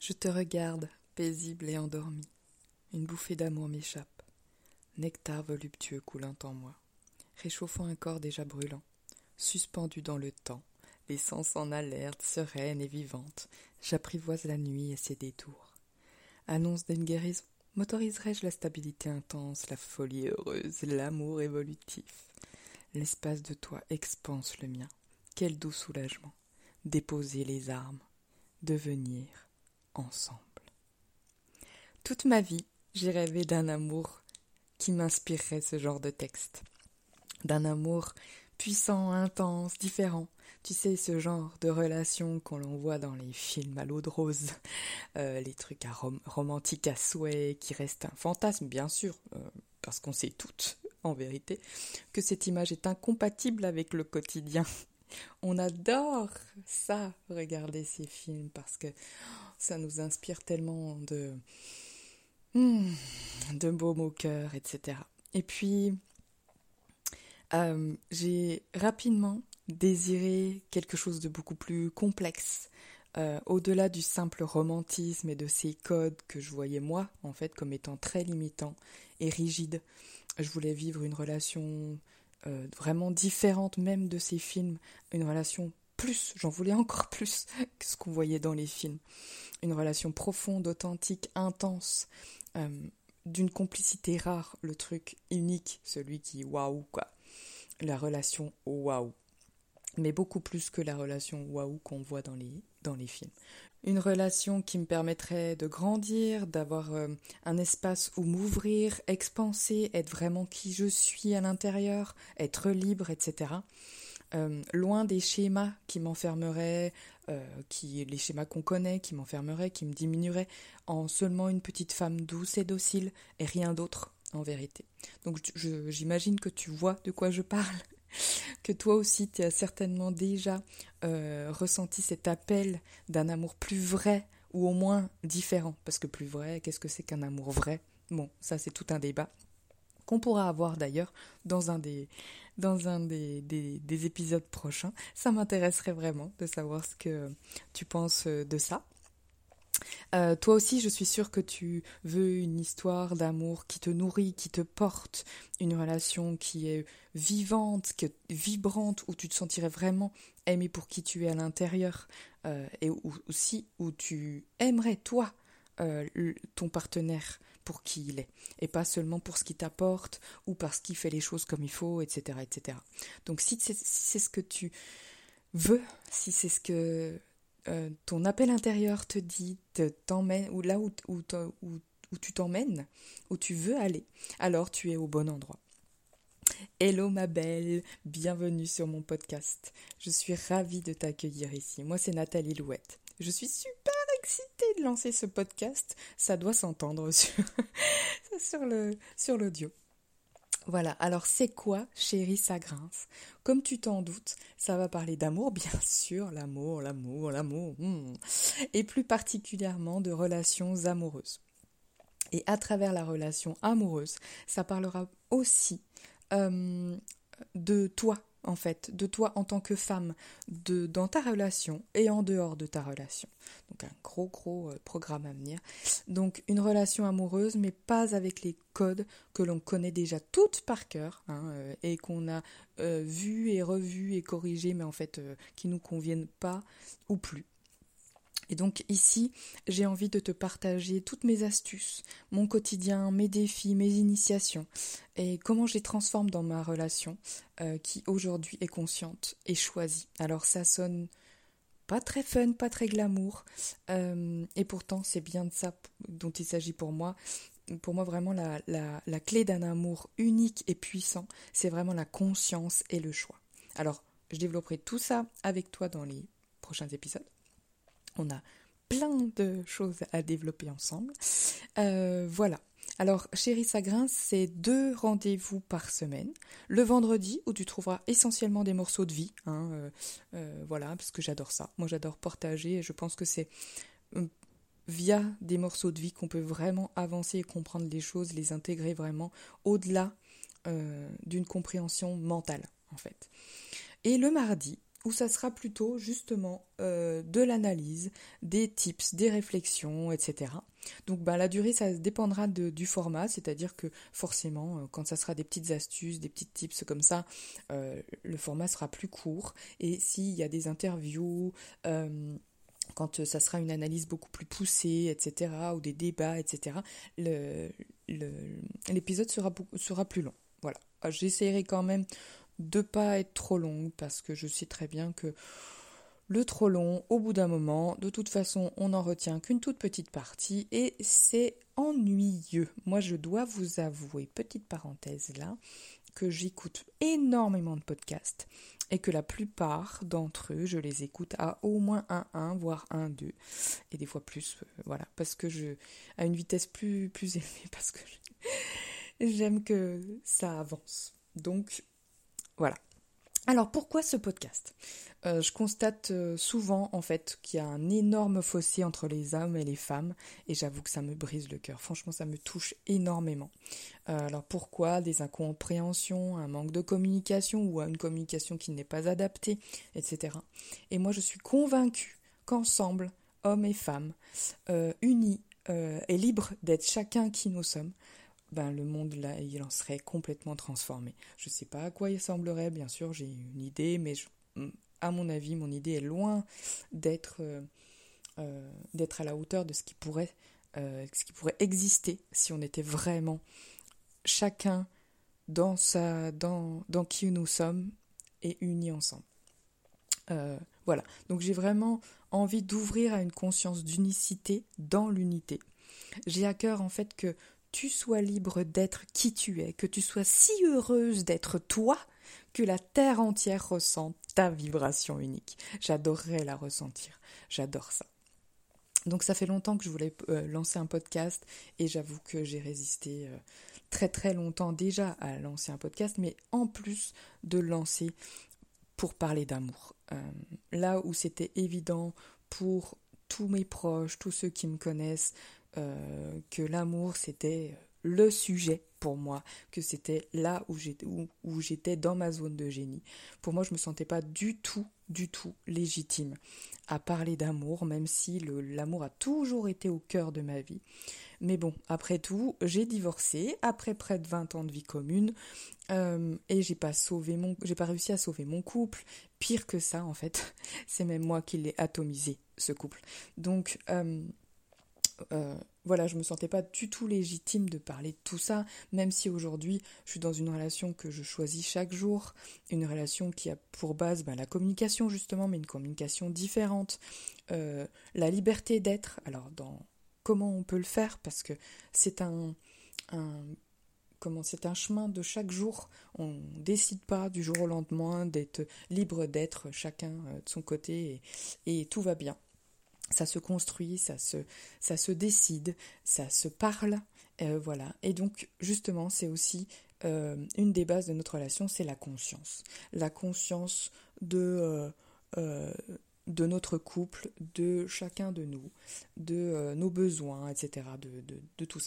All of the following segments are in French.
Je te regarde, paisible et endormi. Une bouffée d'amour m'échappe. Nectar voluptueux coulant en moi, réchauffant un corps déjà brûlant. Suspendu dans le temps, les sens en alerte, sereine et vivante, j'apprivoise la nuit et ses détours. Annonce d'une guérison, m'autoriserai-je la stabilité intense, la folie heureuse, l'amour évolutif? L'espace de toi expanse le mien. Quel doux soulagement. Déposer les armes, devenir ensemble. Toute ma vie, j'ai rêvé d'un amour qui m'inspirerait ce genre de texte. D'un amour puissant, intense, différent. Tu sais, ce genre de relation qu'on voit dans les films à l'eau de rose, les trucs romantiques à souhait, qui restent un fantasme, bien sûr, parce qu'on sait toutes, en vérité, que cette image est incompatible avec le quotidien. On adore ça, regarder ces films, parce que ça nous inspire tellement de baume au cœur, etc. Et puis, j'ai rapidement désiré quelque chose de beaucoup plus complexe, au-delà du simple romantisme et de ces codes que je voyais moi, en fait, comme étant très limitants et rigides. Je voulais vivre une relation vraiment différente même de ces films, une relation plus, j'en voulais encore plus que ce qu'on voyait dans les films. Une relation profonde, authentique, intense, d'une complicité rare, le truc unique, celui qui waouh quoi. La relation waouh. Mais beaucoup plus que la relation waouh qu'on voit dans les films. Une relation qui me permettrait de grandir, d'avoir un espace où m'ouvrir, expanser, être vraiment qui je suis à l'intérieur, être libre, etc. Loin des schémas qui m'enfermeraient, les schémas qu'on connaît, qui m'enfermeraient, qui me diminueraient en seulement une petite femme douce et docile et rien d'autre en vérité. Donc j'imagine que tu vois de quoi je parle, que toi aussi tu as certainement déjà ressenti cet appel d'un amour plus vrai ou au moins différent. Parce que plus vrai, qu'est-ce que c'est qu'un amour vrai? Bon, ça c'est tout un débat qu'on pourra avoir d'ailleurs dans un des épisodes prochains. Ça m'intéresserait vraiment de savoir ce que tu penses de ça. Toi aussi, je suis sûre que tu veux une histoire d'amour qui te nourrit, qui te porte, une relation qui est vivante, vibrante, où tu te sentirais vraiment aimé pour qui tu es à l'intérieur, et aussi où tu aimerais, toi, ton partenaire pour qui il est, et pas seulement pour ce qu'il t'apporte, ou parce qu'il fait les choses comme il faut, etc. etc. Donc si c'est ce que tu veux, si c'est ce que ton appel intérieur te dit, t'emmène, ou là où tu t'emmènes, où tu veux aller, alors tu es au bon endroit. Hello ma belle, bienvenue sur mon podcast. Je suis ravie de t'accueillir ici. Moi c'est Nathalie Louette. Je suis super excitée de lancer ce podcast. Ça doit s'entendre sur l'audio. Voilà, alors c'est quoi Chérie ça grince? Comme tu t'en doutes, ça va parler d'amour, bien sûr, l'amour, et plus particulièrement de relations amoureuses. Et à travers la relation amoureuse, ça parlera aussi de toi, en fait, de toi en tant que femme, dans ta relation et en dehors de ta relation. Donc un gros programme à venir. Donc une relation amoureuse, mais pas avec les codes que l'on connaît déjà toutes par cœur, et qu'on a vu et revu et corrigé, mais en fait qui nous conviennent pas ou plus. Et donc ici, j'ai envie de te partager toutes mes astuces, mon quotidien, mes défis, mes initiations et comment je les transforme dans ma relation qui aujourd'hui est consciente et choisie. Alors ça sonne pas très fun, pas très glamour et pourtant c'est bien de ça dont il s'agit pour moi. Pour moi vraiment la clé d'un amour unique et puissant, c'est vraiment la conscience et le choix. Alors je développerai tout ça avec toi dans les prochains épisodes. On a plein de choses à développer ensemble. Voilà. Alors, Chérie ça grince, c'est 2 rendez-vous par semaine. Le vendredi, où tu trouveras essentiellement des morceaux de vie. Voilà, parce que j'adore ça. Moi, j'adore partager et je pense que c'est via des morceaux de vie qu'on peut vraiment avancer et comprendre les choses, les intégrer vraiment au-delà d'une compréhension mentale, en fait. Et le mardi, où ça sera plutôt justement de l'analyse, des tips, des réflexions, etc. Donc la durée, ça dépendra du format, c'est-à-dire que forcément, quand ça sera des petites astuces, des petits tips comme ça, le format sera plus court. Et s'il y a des interviews, quand ça sera une analyse beaucoup plus poussée, etc., ou des débats, etc., l'épisode sera plus long. Voilà. J'essaierai quand même de pas être trop longue parce que je sais très bien que le trop long, au bout d'un moment, de toute façon, on n'en retient qu'une toute petite partie et c'est ennuyeux. Moi, je dois vous avouer, petite parenthèse là, que j'écoute énormément de podcasts et que la plupart d'entre eux, je les écoute à au moins 1, voire 2, et des fois plus, voilà, parce que à une vitesse plus élevée, parce que j'aime que ça avance. Donc, voilà. Alors, pourquoi ce podcast ? Je constate souvent, en fait, qu'il y a un énorme fossé entre les hommes et les femmes, et j'avoue que ça me brise le cœur. Franchement, ça me touche énormément. Alors, pourquoi ? Des incompréhensions, un manque de communication, ou une communication qui n'est pas adaptée, etc. Et moi, je suis convaincue qu'ensemble, hommes et femmes, unis et libres d'être chacun qui nous sommes, le monde, là, il en serait complètement transformé. Je ne sais pas à quoi il semblerait, bien sûr, j'ai une idée, mais à mon avis, mon idée est loin d'être à la hauteur de ce qui pourrait exister si on était vraiment chacun dans qui nous sommes et unis ensemble. Voilà, donc j'ai vraiment envie d'ouvrir à une conscience d'unicité dans l'unité. J'ai à cœur en fait que tu sois libre d'être qui tu es, que tu sois si heureuse d'être toi, que la terre entière ressente ta vibration unique. J'adorerais la ressentir, j'adore ça. Donc ça fait longtemps que je voulais lancer un podcast et j'avoue que j'ai résisté très très longtemps déjà à lancer un podcast, mais en plus de lancer pour parler d'amour. Là où c'était évident pour tous mes proches, tous ceux qui me connaissent, que l'amour c'était le sujet pour moi, que c'était là où j'étais dans ma zone de génie. Pour moi, je me sentais pas du tout légitime à parler d'amour, même si l'amour a toujours été au cœur de ma vie. Mais bon, après tout, j'ai divorcé après près de 20 ans de vie commune et j'ai pas réussi à sauver mon couple. Pire que ça, en fait, c'est même moi qui l'ai atomisé, ce couple. Donc voilà, je me sentais pas du tout légitime de parler de tout ça, même si aujourd'hui je suis dans une relation que je choisis chaque jour, une relation qui a pour base la communication justement, mais une communication différente, la liberté d'être. Alors comment on peut le faire, parce que c'est un chemin de chaque jour. On décide pas du jour au lendemain d'être libre d'être chacun de son côté et tout va bien. Ça se construit, ça se décide, ça se parle, voilà. Et donc, justement, c'est aussi une des bases de notre relation, c'est la conscience. La conscience de notre couple, de chacun de nous, de nos besoins, etc., de tout ça.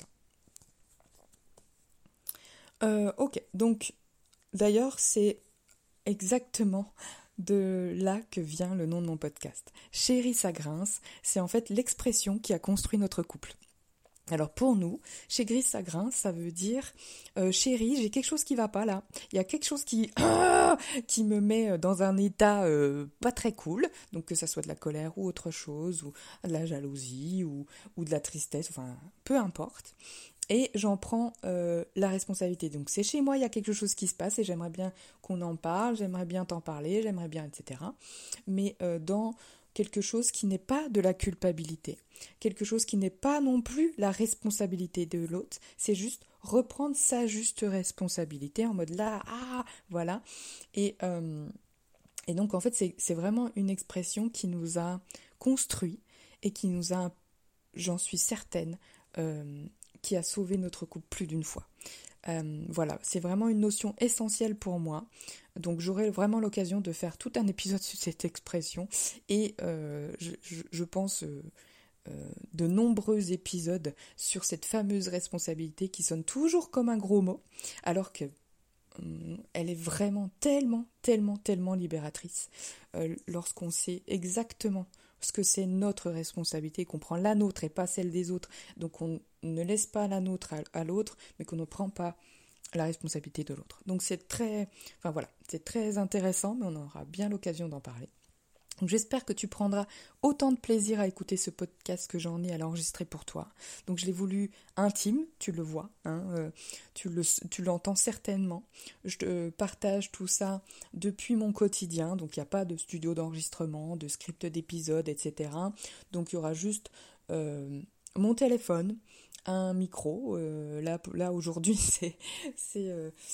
Ok, donc, d'ailleurs, c'est exactement de là que vient le nom de mon podcast. Chérie, ça grince, c'est en fait l'expression qui a construit notre couple. Alors pour nous, chez Gris ça grince, ça veut dire chérie, j'ai quelque chose qui va pas là. Il y a quelque chose qui me met dans un état pas très cool, donc que ça soit de la colère ou autre chose, ou de la jalousie ou de la tristesse, enfin peu importe. Et j'en prends la responsabilité. Donc c'est chez moi, il y a quelque chose qui se passe et j'aimerais bien qu'on en parle, j'aimerais bien t'en parler, j'aimerais bien, etc. Mais dans quelque chose qui n'est pas de la culpabilité, quelque chose qui n'est pas non plus la responsabilité de l'autre, c'est juste reprendre sa juste responsabilité en mode là, voilà. Et donc en fait c'est vraiment une expression qui nous a construit et qui nous a, j'en suis certaine, qui a sauvé notre couple plus d'une fois. Voilà, c'est vraiment une notion essentielle pour moi. Donc j'aurai vraiment l'occasion de faire tout un épisode sur cette expression et je pense de nombreux épisodes sur cette fameuse responsabilité qui sonne toujours comme un gros mot, alors que elle est vraiment tellement libératrice lorsqu'on sait exactement ce que c'est notre responsabilité, qu'on prend la nôtre et pas celle des autres. Donc on ne laisse pas la nôtre à l'autre, mais qu'on ne prend pas la responsabilité de l'autre. Donc c'est très intéressant, mais on aura bien l'occasion d'en parler. Donc j'espère que tu prendras autant de plaisir à écouter ce podcast que j'en ai à l'enregistrer pour toi. Donc je l'ai voulu intime, tu le vois, tu l'entends certainement. Je te partage tout ça depuis mon quotidien, donc il n'y a pas de studio d'enregistrement, de script d'épisode, etc. Donc il y aura juste mon téléphone, un micro. Là aujourd'hui, c'est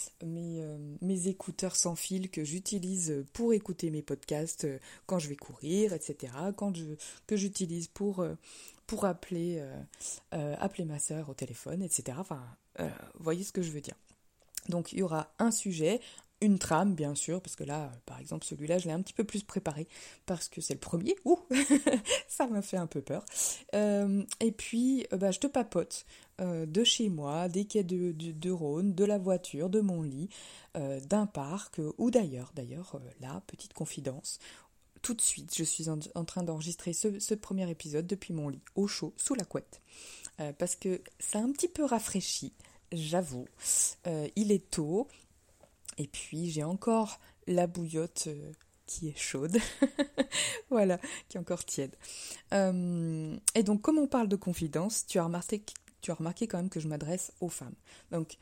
mes écouteurs sans fil que j'utilise pour écouter mes podcasts quand je vais courir, etc. Que j'utilise pour appeler ma sœur au téléphone, etc. Enfin, vous voyez ce que je veux dire. Donc il y aura un sujet, une trame bien sûr, parce que là, par exemple, celui-là, je l'ai un petit peu plus préparé, parce que c'est le premier, ça m'a fait un peu peur. Et puis, je te papote de chez moi, des quais de Rhône, de la voiture, de mon lit, d'un parc, ou d'ailleurs, là, petite confidence, tout de suite, je suis en train d'enregistrer ce premier épisode depuis mon lit, au chaud, sous la couette, parce que ça a un petit peu rafraîchi, j'avoue. Il est tôt, et puis j'ai encore la bouillotte qui est chaude, voilà, qui est encore tiède. Et donc, comme on parle de confidence, tu as remarqué quand même que je m'adresse aux femmes. Donc,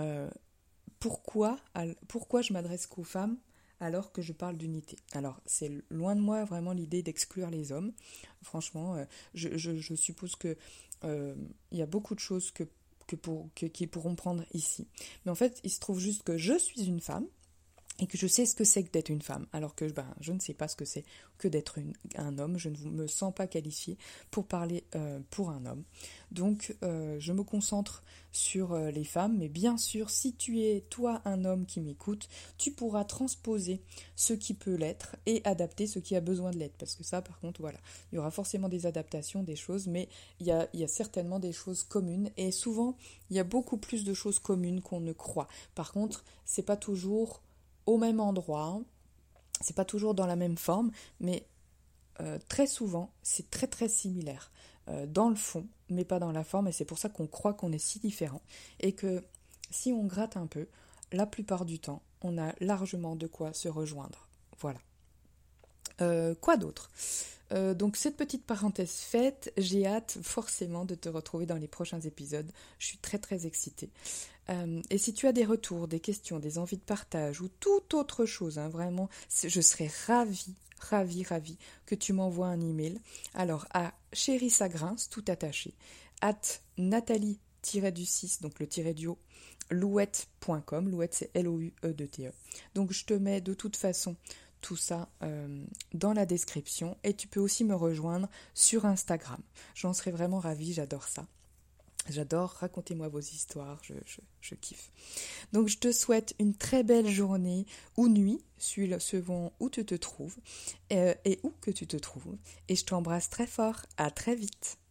pourquoi je m'adresse qu'aux femmes alors que je parle d'unité? Alors, c'est loin de moi vraiment l'idée d'exclure les hommes. Franchement, je suppose que il y a beaucoup de choses qui pourront prendre ici. Mais en fait, il se trouve juste que je suis une femme et que je sais ce que c'est que d'être une femme, alors que je ne sais pas ce que c'est que d'être un homme. Je ne me sens pas qualifiée pour parler pour un homme. Donc, je me concentre sur les femmes, mais bien sûr, si tu es, toi, un homme qui m'écoute, tu pourras transposer ce qui peut l'être et adapter ce qui a besoin de l'être. Parce que ça, par contre, voilà, il y aura forcément des adaptations, des choses, mais il y a certainement des choses communes. Et souvent, il y a beaucoup plus de choses communes qu'on ne croit. Par contre, c'est pas toujours au même endroit, c'est pas toujours dans la même forme, mais très souvent, c'est très très similaire dans le fond, mais pas dans la forme, et c'est pour ça qu'on croit qu'on est si différents, et que si on gratte un peu, la plupart du temps, on a largement de quoi se rejoindre. Voilà. Quoi d'autre ? Donc cette petite parenthèse faite, j'ai hâte forcément de te retrouver dans les prochains épisodes. Je suis très très excitée. Et si tu as des retours, des questions, des envies de partage ou toute autre chose, vraiment, je serais ravie que tu m'envoies un email. Alors à Chérie ça grince, tout attaché, @Nathalie-du6, donc le tiré du haut, louette.com, louette c'est L-O-U-E-2-T-E. Donc je te mets de toute façon tout ça dans la description, et tu peux aussi me rejoindre sur Instagram. J'en serais vraiment ravie, j'adore ça. J'adore, racontez-moi vos histoires, je kiffe. Donc je te souhaite une très belle journée ou nuit, selon où tu te trouves et où que tu te trouves. Et je t'embrasse très fort, à très vite.